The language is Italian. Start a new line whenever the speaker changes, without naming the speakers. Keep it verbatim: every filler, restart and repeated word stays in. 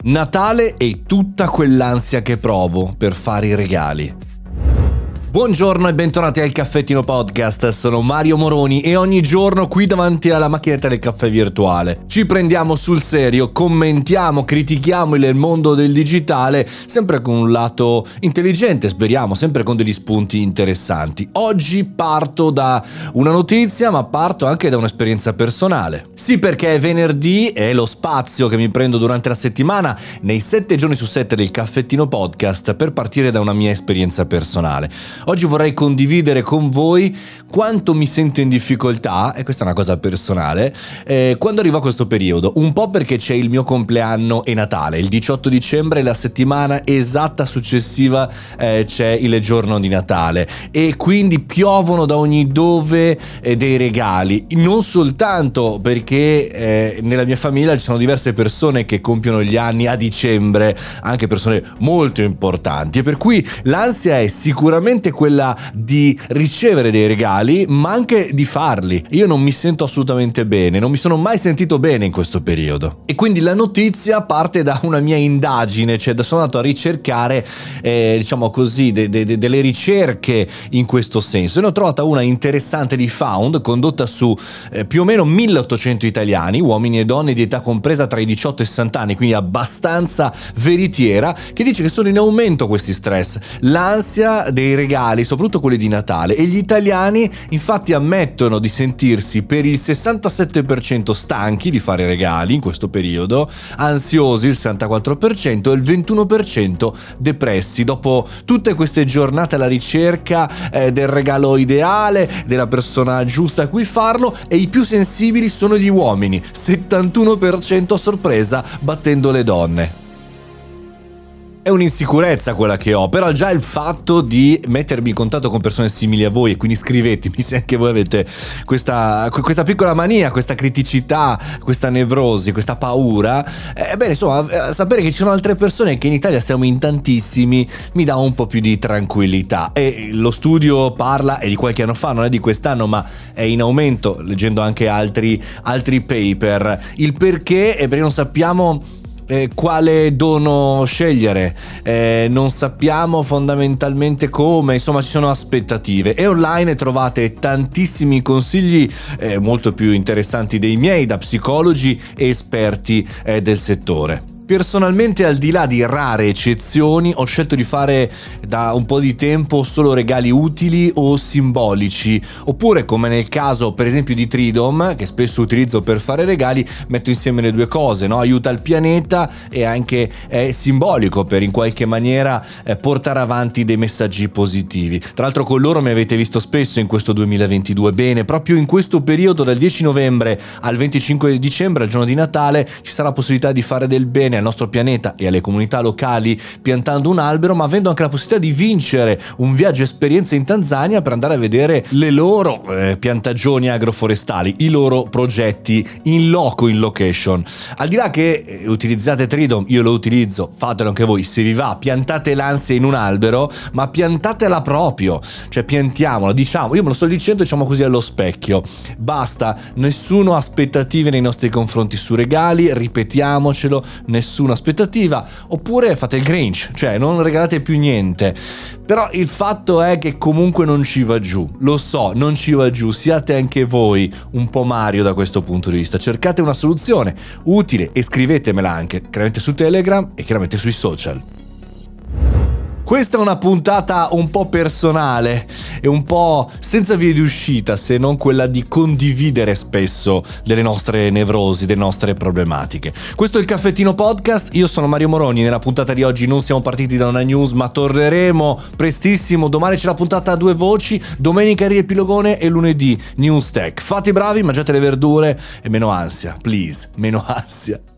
Natale e tutta quell'ansia che provo per fare i regali. Buongiorno e bentornati al Caffettino Podcast, sono Mario Moroni e ogni giorno qui davanti alla macchinetta del caffè virtuale ci prendiamo sul serio, commentiamo, critichiamo il mondo del digitale, sempre con un lato intelligente, speriamo, sempre con degli spunti interessanti. Oggi parto da una notizia, ma parto anche da un'esperienza personale. Sì, perché è venerdì e lo spazio che mi prendo durante la settimana, nei sette giorni su sette del Caffettino Podcast, per partire da una mia esperienza personale. Oggi vorrei condividere con voi quanto mi sento in difficoltà, e questa è una cosa personale, eh, quando arrivo a questo periodo. Un po' perché c'è il mio compleanno e Natale, il diciotto dicembre, la settimana esatta successiva eh, c'è il giorno di Natale e quindi piovono da ogni dove eh, dei regali. Non soltanto perché eh, nella mia famiglia ci sono diverse persone che compiono gli anni a dicembre, anche persone molto importanti, e per cui l'ansia è sicuramente quella di ricevere dei regali, ma anche di farli. Io non mi sento assolutamente bene, non mi sono mai sentito bene in questo periodo. E quindi la notizia parte da una mia indagine, cioè sono andato a ricercare, eh, diciamo così, de- de- de- delle ricerche in questo senso. E ne ho trovata una interessante di Found, condotta su eh, più o meno milleottocento italiani, uomini e donne di età compresa tra i diciotto e i sessanta anni, quindi abbastanza veritiera, che dice che sono in aumento questi stress, l'ansia dei regali, soprattutto quelli di Natale, e gli italiani infatti ammettono di sentirsi per il sessantasette per cento stanchi di fare regali in questo periodo, ansiosi il sessantaquattro per cento e il ventuno per cento depressi dopo tutte queste giornate alla ricerca eh, del regalo ideale, della persona giusta a cui farlo, e i più sensibili sono gli uomini, settantuno per cento a sorpresa, battendo le donne. È un'insicurezza quella che ho, però già il fatto di mettermi in contatto con persone simili a voi, e quindi scrivetemi se anche voi avete questa, questa piccola mania, questa criticità, questa nevrosi, questa paura, ebbene insomma sapere che ci sono altre persone, che in Italia siamo in tantissimi, mi dà un po' più di tranquillità. E lo studio parla, è di qualche anno fa, non è di quest'anno, ma è in aumento, leggendo anche altri, altri paper, il perché è perché non sappiamo Eh, quale dono scegliere, eh, non sappiamo fondamentalmente come, insomma ci sono aspettative, e online trovate tantissimi consigli eh, molto più interessanti dei miei da psicologi e esperti eh, del settore. Personalmente, al di là di rare eccezioni, ho scelto di fare da un po' di tempo solo regali utili o simbolici, oppure, come nel caso per esempio di Tridom, che spesso utilizzo per fare regali, metto insieme le due cose, no? Aiuta il pianeta e anche è simbolico per in qualche maniera eh, portare avanti dei messaggi positivi. Tra l'altro con loro mi avete visto spesso in questo duemilaventidue. Bene, proprio in questo periodo, dal dieci novembre al venticinque dicembre, al giorno di Natale, ci sarà la possibilità di fare del bene al nostro pianeta e alle comunità locali piantando un albero, ma avendo anche la possibilità di vincere un viaggio esperienza in Tanzania per andare a vedere le loro eh, piantagioni agroforestali, i loro progetti in loco, in location. Al di là che eh, utilizzate Tridom, io lo utilizzo, fatelo anche voi se vi va, piantate l'ansia in un albero, ma piantatela proprio, cioè piantiamola, diciamo, io me lo sto dicendo, diciamo così allo specchio, basta, nessuno ha aspettative nei nostri confronti su regali, ripetiamocelo, nessuna aspettativa, oppure fate il Grinch, cioè non regalate più niente. Però il fatto è che comunque non ci va giù, lo so, non ci va giù, siate anche voi un po' Mario da questo punto di vista, cercate una soluzione utile e scrivetemela anche, chiaramente su Telegram e chiaramente sui social. Questa è una puntata un po' personale e un po' senza vie di uscita, se non quella di condividere spesso delle nostre nevrosi, delle nostre problematiche. Questo è il Caffettino Podcast, io sono Mario Moroni. Nella puntata di oggi non siamo partiti da una news, ma torneremo prestissimo. Domani c'è la puntata a due voci, domenica il riepilogone e lunedì News Tech. Fate i bravi, mangiate le verdure e meno ansia, please, meno ansia.